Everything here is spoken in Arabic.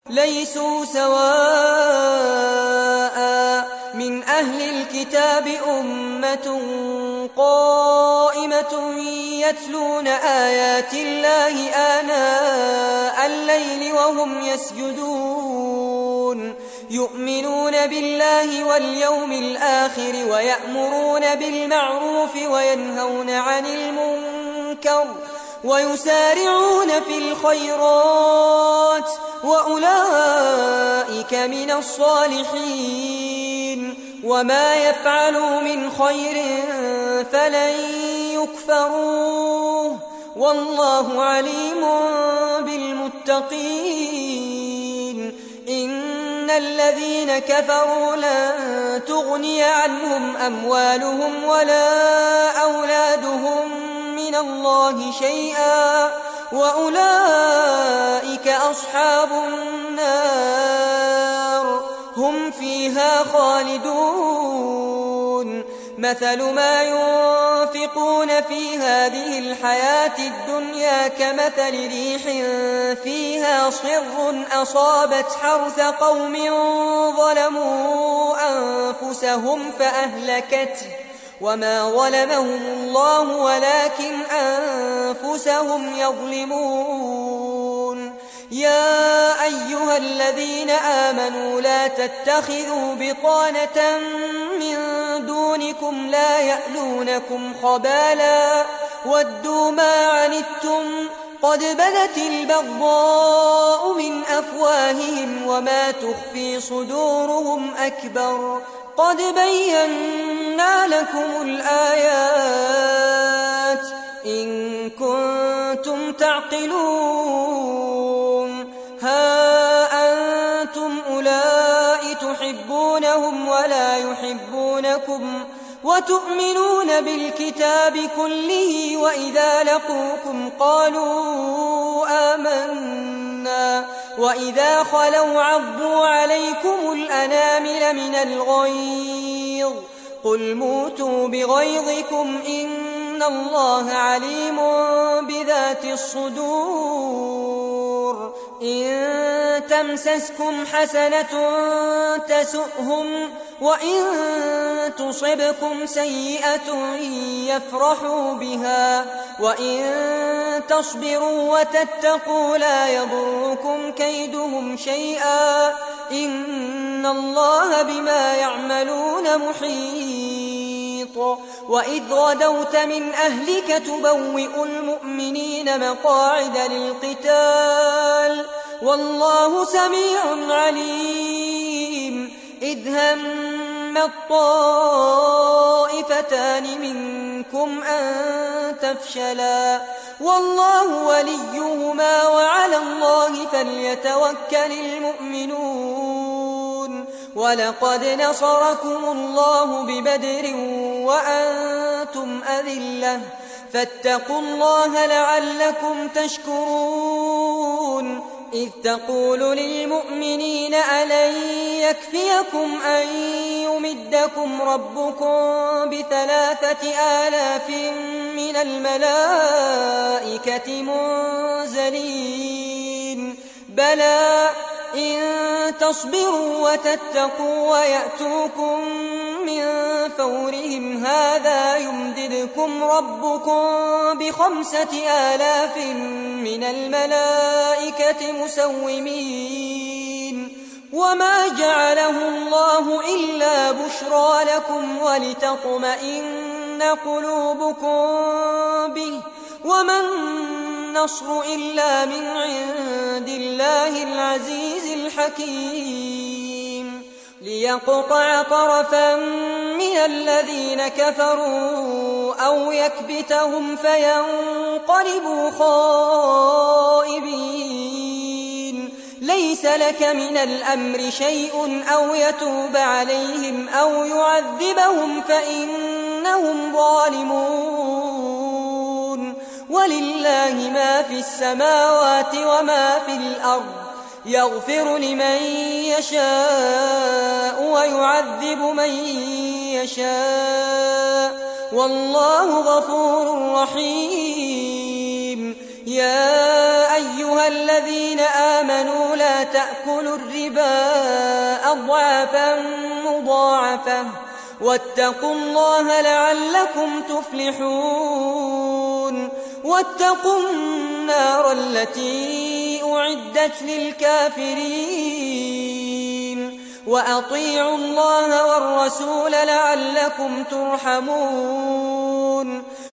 ليسوا سواء من أهل الكتاب أمة قائمة يتلون آيات الله آناء الليل وهم يسجدون يؤمنون بالله واليوم الآخر ويأمرون بالمعروف وينهون عن المنكر ويسارعون في الخيرات وأولئك من الصالحين وما يفعلوا من خير فلن يكفروه والله عليم بالمتقين إن الذين كفروا لن تغني عنهم أموالهم ولا أولادهم من الله شيئا وأولئك أصحاب النار هم فيها خالدون مثل ما ينفقون في هذه الحياة الدنيا كمثل ريح فيها صر أصابت حرث قوم ظلموا أنفسهم فأهلكته وما ظلمهم الله ولكن أنفسهم يظلمون يا أيها الذين آمنوا لا تتخذوا بطانة من دونكم لا يألونكم خبالا ودوا ما عنتم قد بدت البغضاء من أفواههم وما تخفي صدورهم أكبر قد بينا لكم الآيات إن كنتم تعقلون ها أنتم أولئك تحبونهم ولا يحبونكم وتؤمنون بالكتاب كله وإذا لقوكم قالوا آمنا وإذا خلوا عضوا عليكم الأنامل من الغيظ قل موتوا بغيظكم إن الله عليم بذات الصدور إن تمسسكم حسنة تسؤهم وإن تصبكم سيئة يفرحوا بها وإن تصبروا وتتقوا لا يضركم كيدهم شيئا إن الله بما يعملون محيط وإذ غدوت من أهلك تبوئ المؤمنين مقاعد للقتال والله سميع عليم إذ هم الطائفتان منكم أن تفشلا والله وليهما وعلى الله فليتوكل المؤمنون ولقد نصركم الله ببدر وأنتم أذلة فاتقوا الله لعلكم تشكرون إذ تقول للمؤمنين ألن يكفيكم أن يمدكم ربكم ب3,000 من الملائكة منزلين بلى إن تصبروا وتتقوا ويأتوكم من فورهم هذا يمددكم ربكم ب5,000 من الملائكة مسومين وما جعله الله إلا بشرى لكم ولتطمئن قلوبكم به وما النصر إلا من عند الله العزيز الحكيم ليقطع طرفا من الذين كفروا أو يكبتهم فينقلبوا خائبين ليس لك من الأمر شيء أو يتوب عليهم أو يعذبهم فإنهم ظالمون ولله ما في السماوات وما في الأرض يغفر لمن يشاء ويعذب من يشاء والله غفور رحيم يا أيها الذين آمنوا لا تأكلوا الربا أضعافا مضاعفة واتقوا الله لعلكم تفلحون واتقوا النار التي أعدت للكافرين وأطيعوا الله والرسول لعلكم ترحمون